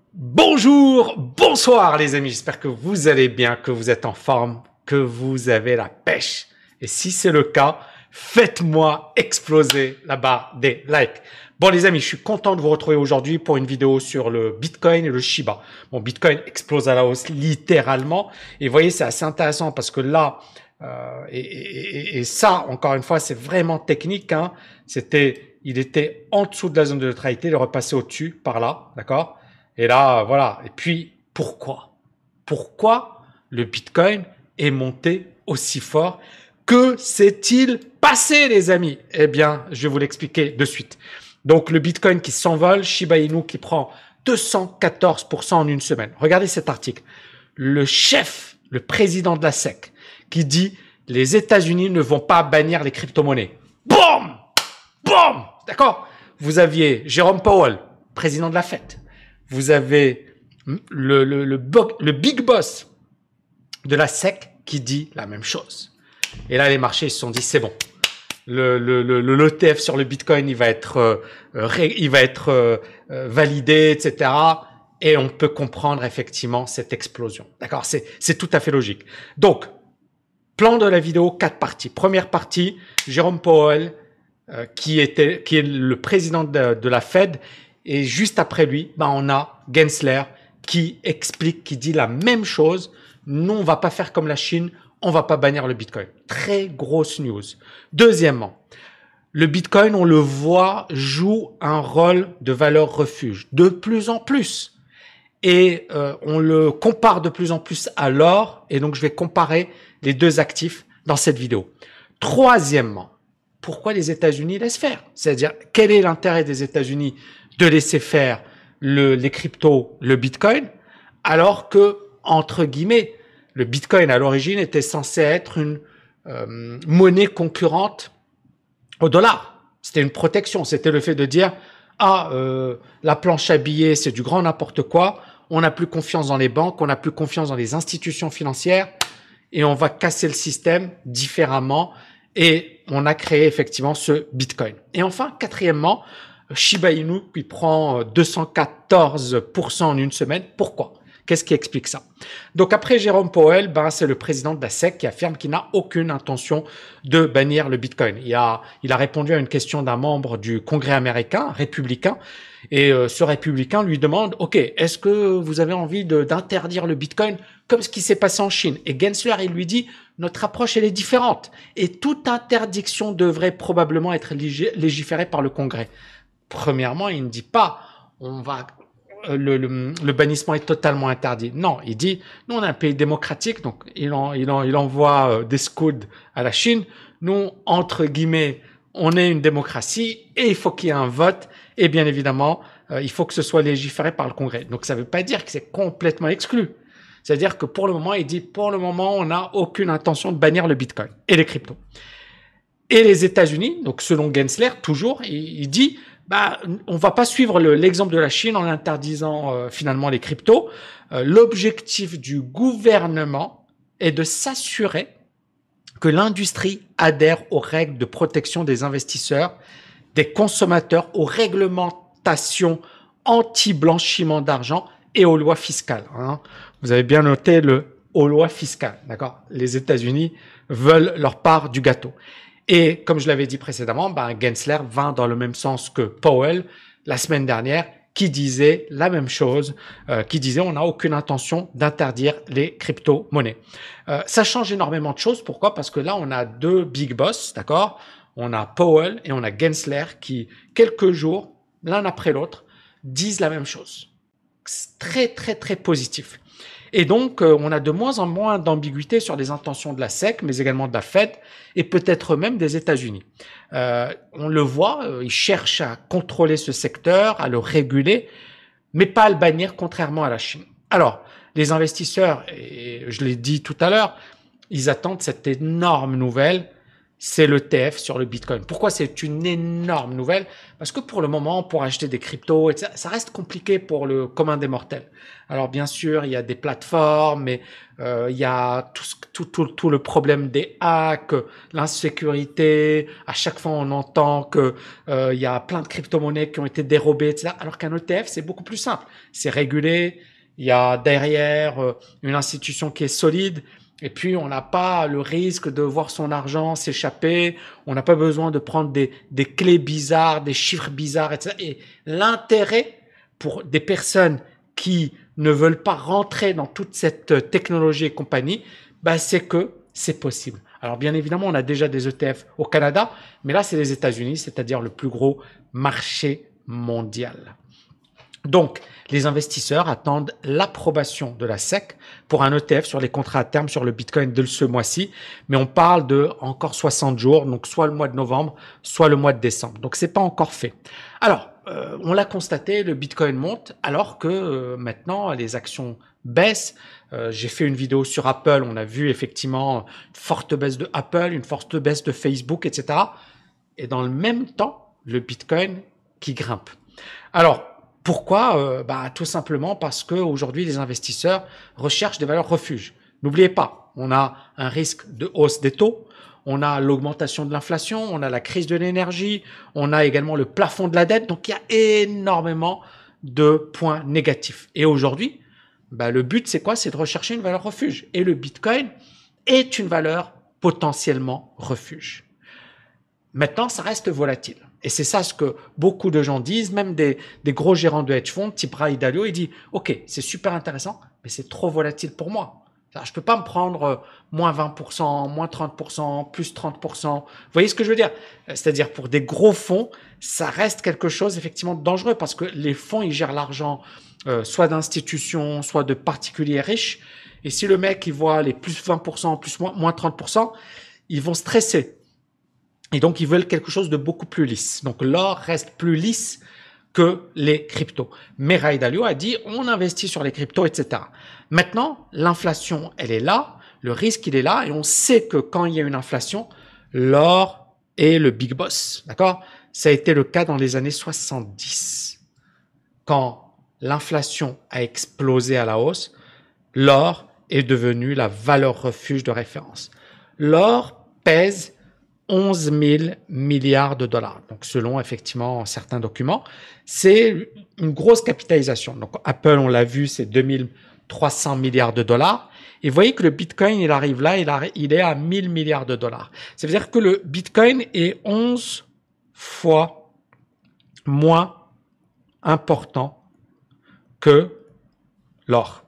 Bonjour, bonsoir les amis, j'espère que vous allez bien, que vous êtes en forme, que vous avez la pêche. Et si c'est le cas, faites-moi exploser la barre des likes. Bon les amis, je suis content de vous retrouver aujourd'hui pour une vidéo sur le Bitcoin et le Shiba. Bon, Bitcoin explose à la hausse littéralement. Et vous voyez, c'est assez intéressant parce que là, et ça, encore une fois, c'est vraiment technique. Hein. Il était en dessous de la zone de neutralité, il est repassé au-dessus, par là, d'accord? Et là, voilà. Et puis, pourquoi? Pourquoi le Bitcoin est monté aussi fort? Que s'est-il passé, les amis? Eh bien, je vais vous l'expliquer de suite. Donc, le Bitcoin qui s'envole, Shiba Inu qui prend 214% en une semaine. Regardez cet article. Le chef, le président de la SEC, qui dit les États-Unis ne vont pas bannir les crypto-monnaies. Boum! Boum! D'accord? Vous aviez Jérôme Powell, président de la Fed. Vous avez le big boss de la SEC qui dit la même chose. Et là, les marchés se sont dit, c'est bon. L'ETF sur le Bitcoin, il va être validé, etc. Et on peut comprendre effectivement cette explosion. D'accord? C'est tout à fait logique. Donc, plan de la vidéo, 4 parties. Première partie, Jérôme Powell, qui est le président de la Fed. Et juste après lui, on a Gensler qui explique, qui dit la même chose. Nous, on va pas faire comme la Chine, on va pas bannir le Bitcoin. Très grosse news. Deuxièmement, le Bitcoin, on le voit, joue un rôle de valeur refuge de plus en plus. Et on le compare de plus en plus à l'or. Et donc, je vais comparer les deux actifs dans cette vidéo. Troisièmement, pourquoi les États-Unis laissent faire? C'est-à-dire, quel est l'intérêt des États-Unis de laisser faire les cryptos, le Bitcoin, alors que, entre guillemets, le Bitcoin à l'origine était censé être une monnaie concurrente au dollar. C'était une protection, c'était le fait de dire la planche à billets, c'est du grand n'importe quoi, on n'a plus confiance dans les banques, on n'a plus confiance dans les institutions financières et on va casser le système différemment et on a créé effectivement ce Bitcoin. Et enfin, quatrièmement, Shiba Inu qui prend 214% en une semaine. Pourquoi? Qu'est-ce qui explique ça? Donc après Jérôme Powell, c'est le président de la SEC qui affirme qu'il n'a aucune intention de bannir le Bitcoin. Il a répondu à une question d'un membre du Congrès américain, républicain, et ce républicain lui demande, OK, est-ce que vous avez envie d'interdire le Bitcoin comme ce qui s'est passé en Chine? Et Gensler, il lui dit, notre approche, elle est différente. Et toute interdiction devrait probablement être légiférée par le Congrès. Premièrement, il ne dit pas le bannissement est totalement interdit. Non, il dit nous on est un pays démocratique, donc il envoie des scouts à la Chine. Nous, entre guillemets, on est une démocratie et il faut qu'il y ait un vote et bien évidemment, il faut que ce soit légiféré par le Congrès. Donc ça ne veut pas dire que c'est complètement exclu. C'est-à-dire que pour le moment, il dit pour le moment, on n'a aucune intention de bannir le Bitcoin et les cryptos. Et les États-Unis, donc selon Gensler, toujours, il dit on va pas suivre l'exemple de la Chine en interdisant finalement les cryptos. L'objectif du gouvernement est de s'assurer que l'industrie adhère aux règles de protection des investisseurs, des consommateurs, aux réglementations anti-blanchiment d'argent et aux lois fiscales. Hein. Vous avez bien noté aux lois fiscales, d'accord? Les États-Unis veulent leur part du gâteau. Et comme je l'avais dit précédemment, Gensler va dans le même sens que Powell la semaine dernière, qui disait la même chose, qui disait on n'a aucune intention d'interdire les crypto-monnaies. Ça change énormément de choses. Pourquoi? Parce que là, on a deux big boss, d'accord? On a Powell et on a Gensler qui, quelques jours, l'un après l'autre, disent la même chose. C'est très, très, très positif. Et donc, on a de moins en moins d'ambiguïté sur les intentions de la SEC, mais également de la Fed et peut-être même des États-Unis. On le voit, ils cherchent à contrôler ce secteur, à le réguler, mais pas à le bannir, contrairement à la Chine. Alors, les investisseurs, et je l'ai dit tout à l'heure, ils attendent cette énorme nouvelle c'est l'ETF sur le Bitcoin. Pourquoi c'est une énorme nouvelle? Parce que pour le moment, pour acheter des cryptos, etc., ça reste compliqué pour le commun des mortels. Alors bien sûr, il y a des plateformes, mais il y a tout le problème des hacks, l'insécurité. À chaque fois, on entend que il y a plein de crypto-monnaies qui ont été dérobées, etc. Alors qu'un ETF, c'est beaucoup plus simple. C'est régulé. Il y a derrière une institution qui est solide. Et puis, on n'a pas le risque de voir son argent s'échapper. On n'a pas besoin de prendre des clés bizarres, des chiffres bizarres, etc. Et l'intérêt pour des personnes qui ne veulent pas rentrer dans toute cette technologie et compagnie, bah, c'est que c'est possible. Alors, bien évidemment, on a déjà des ETF au Canada, mais là, c'est les États-Unis, c'est-à-dire le plus gros marché mondial. Donc, les investisseurs attendent l'approbation de la SEC pour un ETF sur les contrats à terme sur le Bitcoin de ce mois-ci. Mais on parle de encore 60 jours, donc soit le mois de novembre, soit le mois de décembre. Donc, c'est pas encore fait. Alors, on l'a constaté, le Bitcoin monte alors que maintenant, les actions baissent. J'ai fait une vidéo sur Apple. On a vu effectivement une forte baisse de Apple, une forte baisse de Facebook, etc. Et dans le même temps, le Bitcoin qui grimpe. Alors, pourquoi? Tout simplement parce qu'aujourd'hui, les investisseurs recherchent des valeurs refuges. N'oubliez pas, on a un risque de hausse des taux, on a l'augmentation de l'inflation, on a la crise de l'énergie, on a également le plafond de la dette. Donc, il y a énormément de points négatifs. Et aujourd'hui, le but, c'est quoi? C'est de rechercher une valeur refuge. Et le Bitcoin est une valeur potentiellement refuge. Maintenant, ça reste volatile. Et c'est ça ce que beaucoup de gens disent, même des gros gérants de hedge funds, type Ray Dalio, il dit « Ok, c'est super intéressant, mais c'est trop volatile pour moi. Je peux pas me prendre moins 20%, moins 30%, plus 30%. » Vous voyez ce que je veux dire? C'est-à-dire pour des gros fonds, ça reste quelque chose effectivement de dangereux parce que les fonds, ils gèrent l'argent soit d'institutions, soit de particuliers riches. Et si le mec, il voit les plus 20%, plus moins 30%, ils vont stresser. Et donc, ils veulent quelque chose de beaucoup plus lisse. Donc, l'or reste plus lisse que les cryptos. Mais Ray Dalio a dit, on investit sur les cryptos, etc. Maintenant, l'inflation, elle est là. Le risque, il est là. Et on sait que quand il y a une inflation, l'or est le big boss. D'accord? Ça a été le cas dans les années 70. Quand l'inflation a explosé à la hausse, l'or est devenu la valeur refuge de référence. L'or pèse 11 000 milliards de dollars. Donc, selon effectivement certains documents, c'est une grosse capitalisation. Donc, Apple, on l'a vu, c'est 2300 milliards de dollars. Et vous voyez que le Bitcoin, il arrive là, il est à 1000 milliards de dollars. Ça veut dire que le Bitcoin est 11 fois moins important que l'or.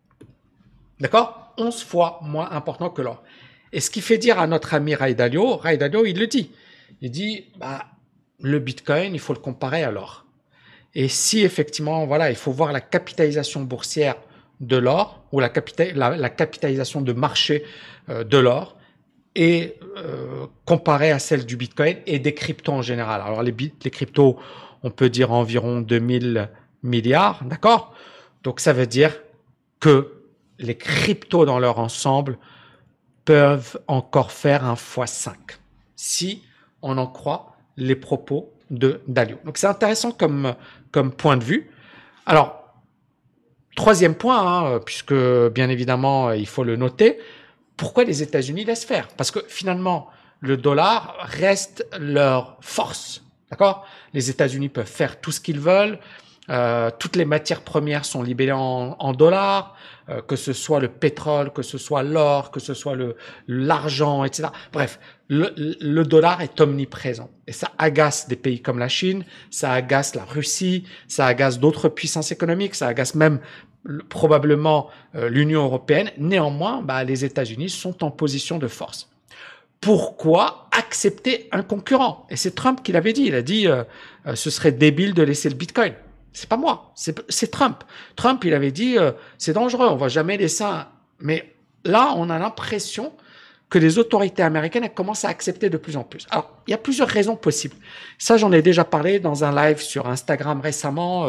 D'accord? 11 fois moins important que l'or. Et ce qui fait dire à notre ami Ray Dalio, il le dit. Il dit, le Bitcoin, il faut le comparer à l'or. Et si effectivement, voilà, il faut voir la capitalisation boursière de l'or ou la capitalisation de marché de l'or et comparer à celle du Bitcoin et des cryptos en général. Alors les cryptos, on peut dire environ 2000 milliards, d'accord? Donc ça veut dire que les cryptos dans leur ensemble peuvent encore faire un x5 si on en croit les propos de Dalio. Donc c'est intéressant comme point de vue. Alors, troisième point, puisque bien évidemment il faut le noter, pourquoi les États-Unis laissent faire? Parce que finalement, le dollar reste leur force. D'accord? Les États-Unis peuvent faire tout ce qu'ils veulent. Toutes les matières premières sont libellées en dollars, que ce soit le pétrole, que ce soit l'or, que ce soit l'argent, etc. Bref, le dollar est omniprésent. Et ça agace des pays comme la Chine, ça agace la Russie, ça agace d'autres puissances économiques, ça agace même probablement l'Union européenne. Néanmoins, les États-Unis sont en position de force. Pourquoi accepter un concurrent? Et c'est Trump qui l'avait dit. Il a dit ce serait débile de laisser le Bitcoin. C'est pas moi, c'est Trump. Trump, il avait dit c'est dangereux, on va jamais laisser un... Mais là, on a l'impression que les autorités américaines elles commencent à accepter de plus en plus. Alors, il y a plusieurs raisons possibles. Ça, j'en ai déjà parlé dans un live sur Instagram récemment.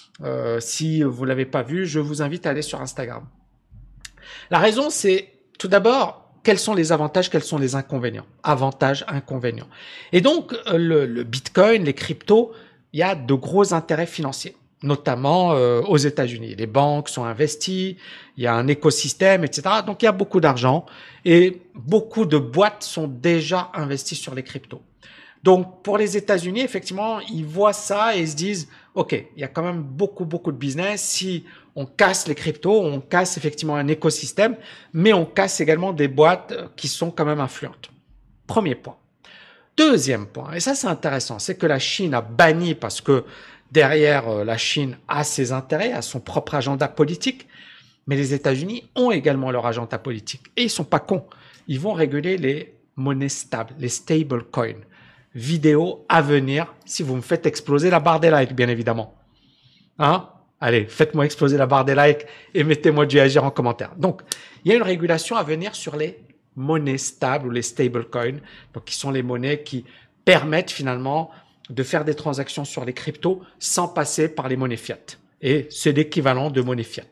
Si vous l'avez pas vu, je vous invite à aller sur Instagram. La raison, c'est tout d'abord quels sont les avantages, quels sont les inconvénients. Avantages, inconvénients. Et donc, le Bitcoin, les cryptos, il y a de gros intérêts financiers, notamment aux États-Unis. Les banques sont investies, il y a un écosystème, etc. Donc, il y a beaucoup d'argent et beaucoup de boîtes sont déjà investies sur les cryptos. Donc, pour les États-Unis, effectivement, ils voient ça et ils se disent, OK, il y a quand même beaucoup de business. Si on casse les cryptos, on casse effectivement un écosystème, mais on casse également des boîtes qui sont quand même influentes. Premier point. Deuxième point, et ça c'est intéressant, c'est que la Chine a banni, parce que derrière la Chine a ses intérêts, a son propre agenda politique, mais les États-Unis ont également leur agenda politique. Et ils sont pas cons. Ils vont réguler les monnaies stables, les stable coins. Vidéo à venir si vous me faites exploser la barre des likes, bien évidemment. Hein? Allez, faites-moi exploser la barre des likes et mettez-moi du agir en commentaire. Donc, il y a une régulation à venir sur les monnaies stables ou les stablecoins, donc qui sont les monnaies qui permettent finalement de faire des transactions sur les cryptos sans passer par les monnaies fiat. Et c'est l'équivalent de monnaie fiat.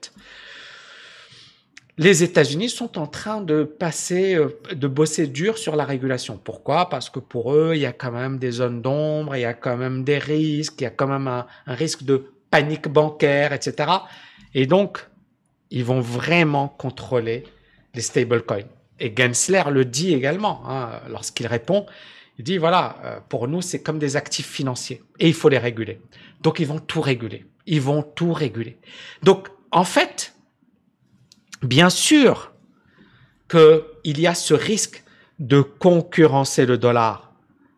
Les États-Unis sont en train de bosser dur sur la régulation. Pourquoi? Parce que pour eux, il y a quand même des zones d'ombre, il y a quand même des risques, il y a quand même un risque de panique bancaire, etc. Et donc, ils vont vraiment contrôler les stablecoins. Et Gensler le dit également, hein, lorsqu'il répond, il dit voilà, pour nous, c'est comme des actifs financiers et il faut les réguler. Donc, ils vont tout réguler. Ils vont tout réguler. Donc, en fait, bien sûr qu'il y a ce risque de concurrencer le dollar.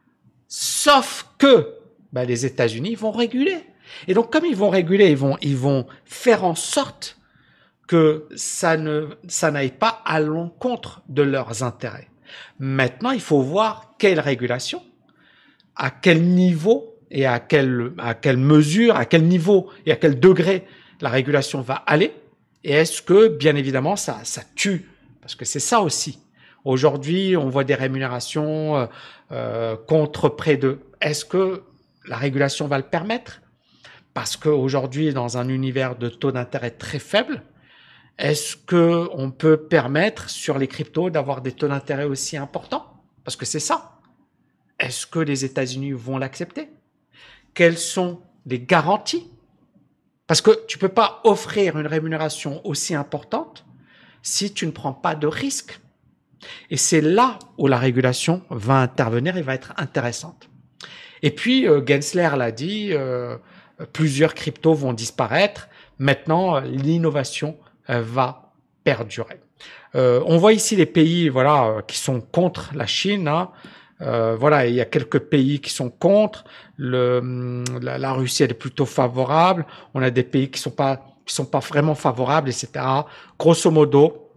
Sauf que les États-Unis vont réguler. Et donc, comme ils vont réguler, ils vont faire en sorte que ça n'aille pas à l'encontre de leurs intérêts. Maintenant, il faut voir quelle régulation, à quel niveau et à quelle mesure, à quel niveau et à quel degré la régulation va aller. Et est-ce que, bien évidemment, ça tue? Parce que c'est ça aussi. Aujourd'hui, on voit des rémunérations contre près de... Est-ce que la régulation va le permettre? Parce qu'aujourd'hui, dans un univers de taux d'intérêt très faible, est-ce qu'on peut permettre sur les cryptos d'avoir des taux d'intérêt aussi importants? Parce que c'est ça. Est-ce que les États-Unis vont l'accepter? Quelles sont les garanties? Parce que tu ne peux pas offrir une rémunération aussi importante si tu ne prends pas de risque. Et c'est là où la régulation va intervenir et va être intéressante. Et puis, Gensler l'a dit, plusieurs cryptos vont disparaître. Maintenant, l'innovation va perdurer. On voit ici les pays qui sont contre la Chine. Hein. Il y a quelques pays qui sont contre. La Russie, elle est plutôt favorable. On a des pays qui sont pas vraiment favorables, etc. Grosso modo,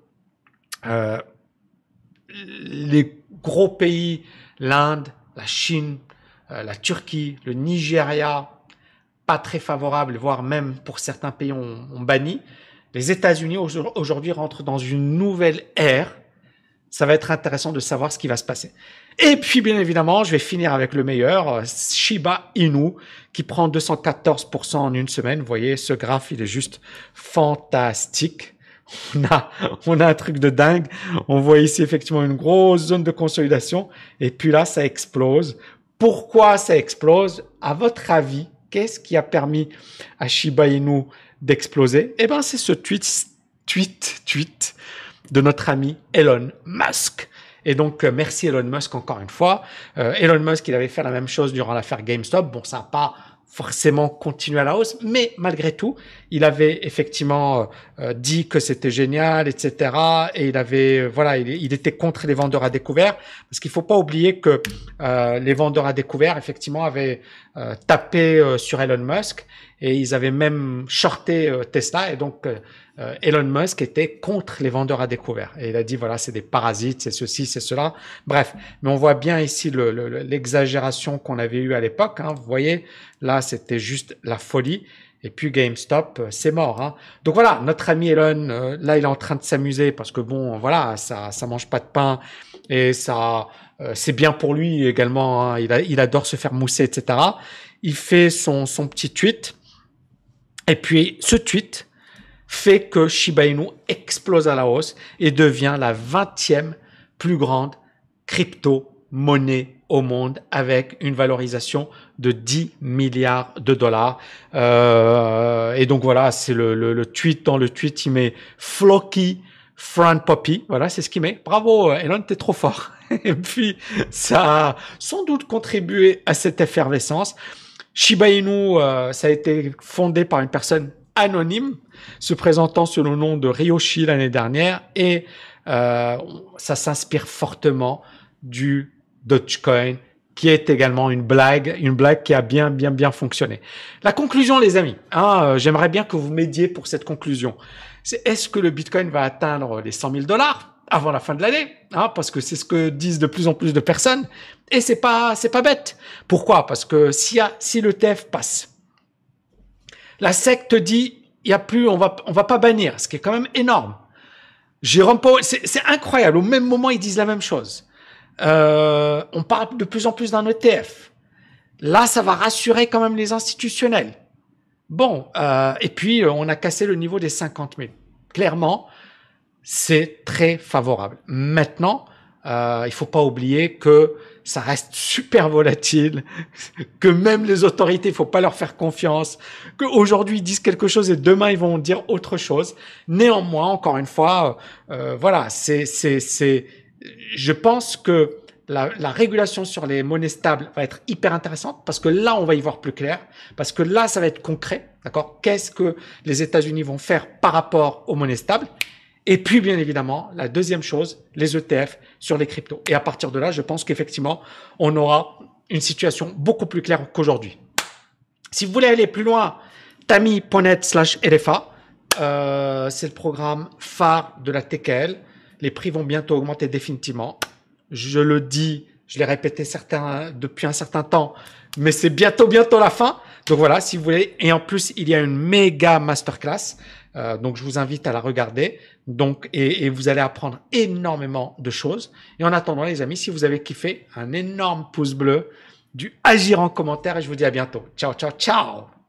les gros pays, l'Inde, la Chine, la Turquie, le Nigeria, pas très favorables, voire même pour certains pays on banni. Les États-Unis aujourd'hui rentrent dans une nouvelle ère. Ça va être intéressant de savoir ce qui va se passer. Et puis, bien évidemment, je vais finir avec le meilleur, Shiba Inu, qui prend 214% en une semaine. Vous voyez, ce graphe, il est juste fantastique. On a un truc de dingue. On voit ici effectivement une grosse zone de consolidation. Et puis là, ça explose. Pourquoi ça explose? À votre avis, qu'est-ce qui a permis à Shiba Inu d'exploser? Eh ben, c'est ce tweet de notre ami Elon Musk. Et donc, merci Elon Musk encore une fois. Elon Musk, il avait fait la même chose durant l'affaire GameStop. Bon, ça n'a pas forcément continué à la hausse, mais malgré tout, il avait effectivement dit que c'était génial, etc. Et il avait, il était contre les vendeurs à découvert, parce qu'il faut pas oublier que les vendeurs à découvert, effectivement, avaient tapé sur Elon Musk et ils avaient même shorté Tesla. Et donc, Elon Musk était contre les vendeurs à découvert. Et il a dit, voilà, c'est des parasites, c'est ceci, c'est cela. Bref, mais on voit bien ici l'exagération qu'on avait eue à l'époque. Hein. Vous voyez, là, c'était juste la folie. Et puis GameStop, c'est mort. Hein. Donc voilà, notre ami Elon, là, il est en train de s'amuser parce que bon, voilà, ça mange pas de pain et ça, c'est bien pour lui également. Hein. Il adore se faire mousser, etc. Il fait son petit tweet. Et puis, ce tweet fait que Shiba Inu explose à la hausse et devient la 20e plus grande crypto-monnaie au monde avec une valorisation de 10 milliards de dollars. Et donc voilà, c'est le tweet. Dans le tweet, il met Floki Fran Poppy. Voilà, c'est ce qu'il met. Bravo, Elon, t'es trop fort. Et puis, ça a sans doute contribué à cette effervescence. Shiba Inu, ça a été fondé par une personne anonyme, se présentant sous le nom de Ryoshi l'année dernière, et ça s'inspire fortement du Dogecoin, qui est également une blague qui a bien fonctionné. La conclusion, les amis, j'aimerais bien que vous m'aidiez pour cette conclusion. C'est est-ce que le Bitcoin va atteindre les 100 000 $ avant la fin de l'année, parce que c'est ce que disent de plus en plus de personnes, et c'est pas bête. Pourquoi? Parce que si l'ETF passe, la SEC te dit il y a plus, on va pas bannir, ce qui est quand même énorme. Jérôme Powell, c'est incroyable. Au même moment, ils disent la même chose. On parle de plus en plus d'un ETF. Là, ça va rassurer quand même les institutionnels. Bon, et puis on a cassé le niveau des 50 000. Clairement, c'est très favorable. Maintenant, il faut pas oublier que ça reste super volatile, que même les autorités, il faut pas leur faire confiance, qu'aujourd'hui ils disent quelque chose et demain ils vont dire autre chose. Néanmoins, encore une fois, voilà, je pense que la régulation sur les monnaies stables va être hyper intéressante parce que là, on va y voir plus clair, parce que là, ça va être concret, d'accord? Qu'est-ce que les États-Unis vont faire par rapport aux monnaies stables? Et puis, bien évidemment, la deuxième chose, les ETF sur les cryptos. Et à partir de là, je pense qu'effectivement, on aura une situation beaucoup plus claire qu'aujourd'hui. Si vous voulez aller plus loin, tami.net/LFA, c'est le programme phare de la TKL. Les prix vont bientôt augmenter définitivement. Je le dis, je l'ai répété depuis un certain temps, mais c'est bientôt la fin. Donc voilà, si vous voulez. Et en plus, il y a une méga masterclass. Donc je vous invite à la regarder. Donc et vous allez apprendre énormément de choses. Et en attendant, les amis, si vous avez kiffé, un énorme pouce bleu, du agir en commentaire et je vous dis à bientôt. Ciao, ciao, ciao.